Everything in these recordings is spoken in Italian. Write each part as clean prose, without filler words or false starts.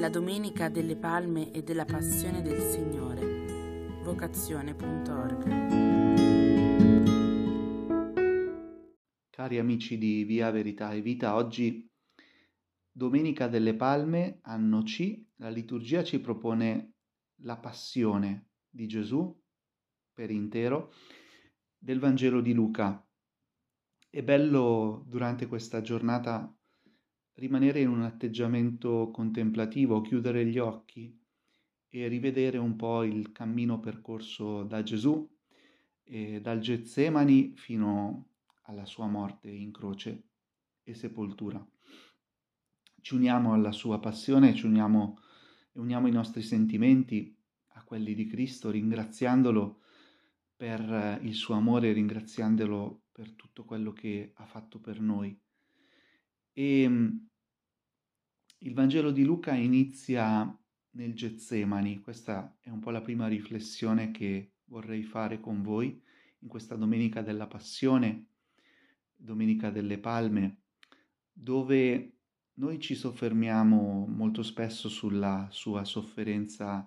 la Domenica delle Palme e della Passione del Signore. Vocazione.org. Cari amici di Via Verità e Vita, oggi Domenica delle Palme, anno C, la liturgia ci propone la passione di Gesù per intero del Vangelo di Luca. È bello durante questa giornata rimanere in un atteggiamento contemplativo, chiudere gli occhi e rivedere un po' il cammino percorso da Gesù, dal Getsemani fino alla sua morte in croce e sepoltura. Ci uniamo alla sua passione, uniamo i nostri sentimenti a quelli di Cristo, ringraziandolo per il suo amore, ringraziandolo per tutto quello che ha fatto per noi. E il Vangelo di Luca inizia nel Getsemani. Questa è un po' la prima riflessione che vorrei fare con voi in questa Domenica della Passione, Domenica delle Palme, dove noi ci soffermiamo molto spesso sulla sua sofferenza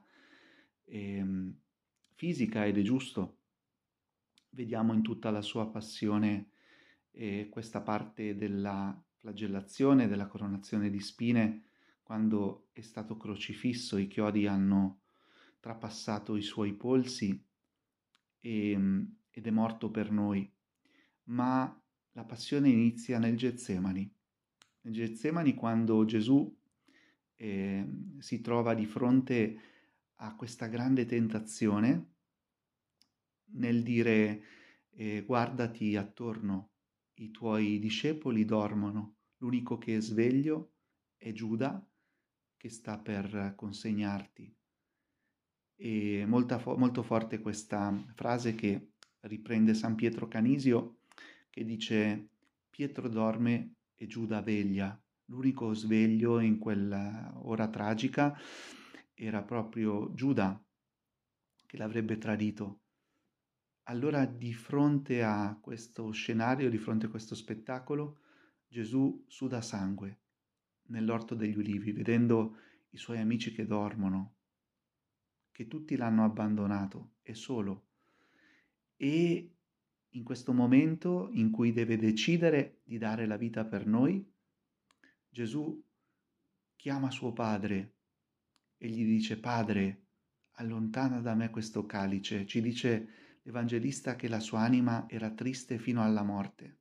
fisica, ed è giusto. Vediamo in tutta la sua passione questa parte della flagellazione, della coronazione di spine, quando è stato crocifisso, i chiodi hanno trapassato i suoi polsi ed è morto per noi. Ma la passione inizia nel Getsemani. Nel Getsemani, quando Gesù si trova di fronte a questa grande tentazione nel dire guardati attorno, i tuoi discepoli dormono, l'unico che è sveglio è Giuda che sta per consegnarti. E molto forte questa frase che riprende San Pietro Canisio, che dice: Pietro dorme e Giuda veglia. L'unico sveglio in quella ora tragica era proprio Giuda, che l'avrebbe tradito. Allora, di fronte a questo scenario, di fronte a questo spettacolo, Gesù suda sangue nell'Orto degli Ulivi, vedendo i suoi amici che dormono, che tutti l'hanno abbandonato, è solo. E in questo momento in cui deve decidere di dare la vita per noi, Gesù chiama suo padre e gli dice: Padre, allontana da me questo calice. Ci dice l'Evangelista che la sua anima era triste fino alla morte.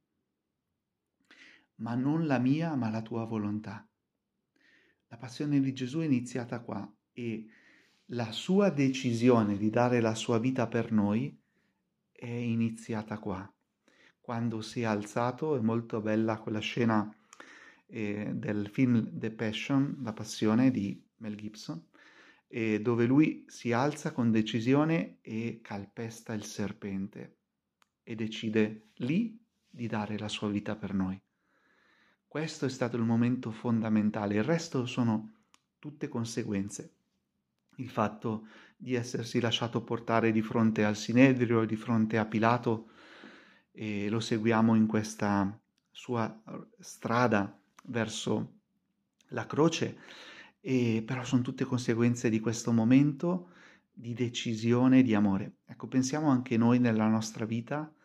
Ma non la mia, ma la tua volontà. La passione di Gesù è iniziata qua e la sua decisione di dare la sua vita per noi è iniziata qua. Quando si è alzato, è molto bella quella scena del film The Passion, La Passione di Mel Gibson, dove lui si alza con decisione e calpesta il serpente e decide lì di dare la sua vita per noi. Questo è stato il momento fondamentale, il resto sono tutte conseguenze. Il fatto di essersi lasciato portare di fronte al Sinedrio, di fronte a Pilato, e lo seguiamo in questa sua strada verso la croce, però sono tutte conseguenze di questo momento di decisione, di amore. Ecco, pensiamo anche noi nella nostra vita,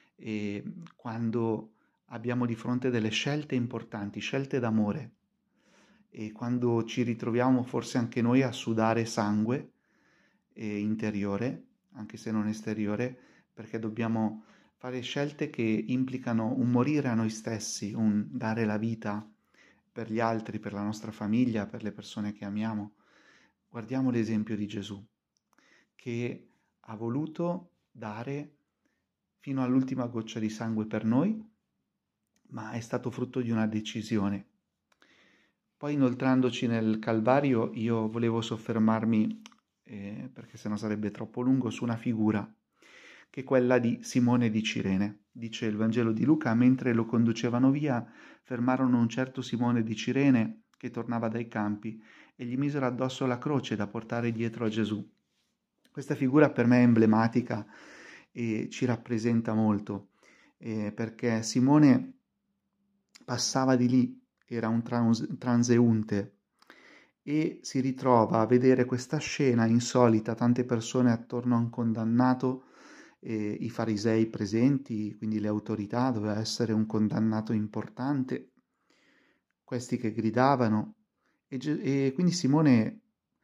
quando abbiamo di fronte delle scelte importanti, scelte d'amore, e quando ci ritroviamo forse anche noi a sudare sangue interiore, anche se non esteriore, perché dobbiamo fare scelte che implicano un morire a noi stessi, un dare la vita per gli altri, per la nostra famiglia, per le persone che amiamo. Guardiamo l'esempio di Gesù, che ha voluto dare fino all'ultima goccia di sangue per noi, ma è stato frutto di una decisione. Poi, inoltrandoci nel Calvario, io volevo soffermarmi, perché sennò sarebbe troppo lungo, su una figura, che è quella di Simone di Cirene. Dice il Vangelo di Luca: mentre lo conducevano via, fermarono un certo Simone di Cirene che tornava dai campi e gli misero addosso la croce da portare dietro a Gesù. Questa figura per me è emblematica e ci rappresenta molto, perché Simone passava di lì, era un transeunte e si ritrova a vedere questa scena insolita, tante persone attorno a un condannato, i farisei presenti, quindi le autorità, doveva essere un condannato importante, questi che gridavano, e quindi Simone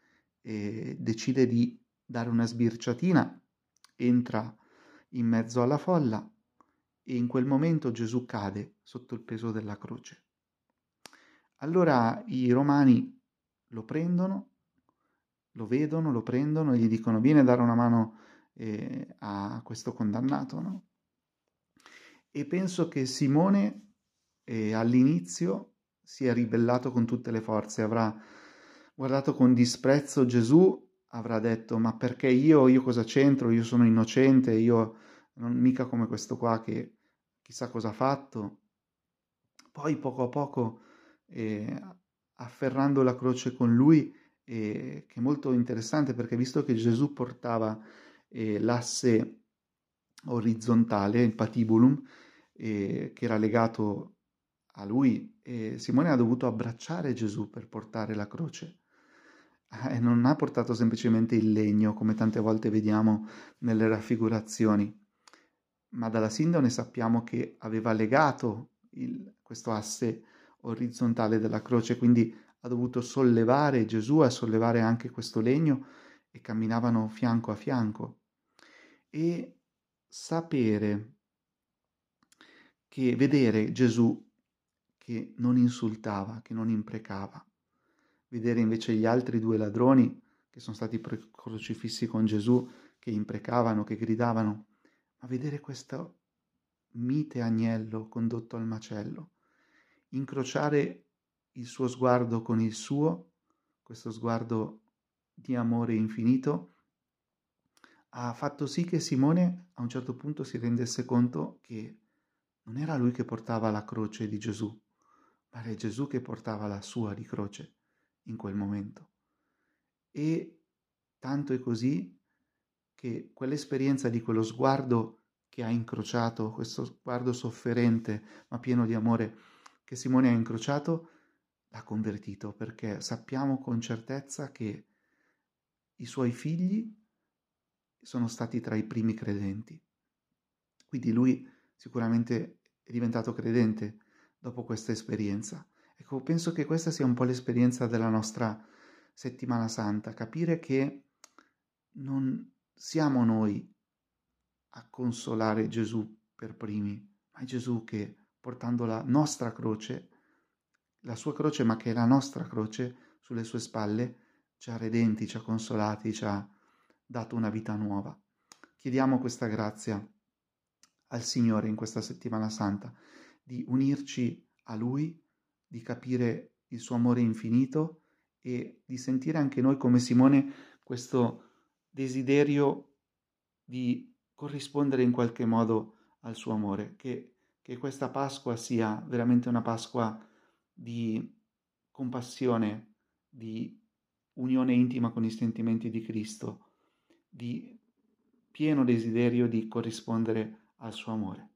decide di dare una sbirciatina, entra in mezzo alla folla e in quel momento Gesù cade sotto il peso della croce. Allora i romani lo prendono, lo vedono, lo prendono e gli dicono: vieni a dare una mano a questo condannato, no? E penso che Simone all'inizio si è ribellato con tutte le forze, avrà guardato con disprezzo Gesù, avrà detto: ma perché io cosa c'entro? Io sono innocente, io non mica come questo qua che chissà cosa ha fatto. Poi poco a poco, afferrando la croce con lui, che è molto interessante perché visto che Gesù portava l'asse orizzontale, il patibulum, che era legato a lui, Simone ha dovuto abbracciare Gesù per portare la croce. E non ha portato semplicemente il legno, come tante volte vediamo nelle raffigurazioni, ma dalla sindone sappiamo che aveva legato questo asse orizzontale della croce, quindi ha dovuto sollevare Gesù, a sollevare anche questo legno e camminavano fianco a fianco. E sapere che vedere Gesù che non insultava, che non imprecava, vedere invece gli altri due ladroni che sono stati crocifissi con Gesù, che imprecavano, che gridavano, ma vedere questo mite agnello condotto al macello, incrociare il suo sguardo con il suo, questo sguardo di amore infinito, ha fatto sì che Simone a un certo punto si rendesse conto che non era lui che portava la croce di Gesù, ma era Gesù che portava la sua di croce in quel momento. E tanto è così che quell'esperienza di quello sguardo che ha incrociato, questo sguardo sofferente ma pieno di amore che Simone ha incrociato, l'ha convertito, perché sappiamo con certezza che i suoi figli sono stati tra i primi credenti. Quindi lui sicuramente è diventato credente dopo questa esperienza. Ecco, penso che questa sia un po' l'esperienza della nostra settimana santa, capire che non siamo noi a consolare Gesù per primi, ma è Gesù che, portando la nostra croce, la sua croce, ma che è la nostra croce, sulle sue spalle, ci ha redenti, ci ha consolati, ci ha dato una vita nuova. Chiediamo questa grazia al Signore in questa settimana santa, di unirci a Lui, di capire il suo amore infinito e di sentire anche noi come Simone questo desiderio di corrispondere in qualche modo al suo amore, che questa Pasqua sia veramente una Pasqua di compassione, di unione intima con i sentimenti di Cristo, di pieno desiderio di corrispondere al suo amore.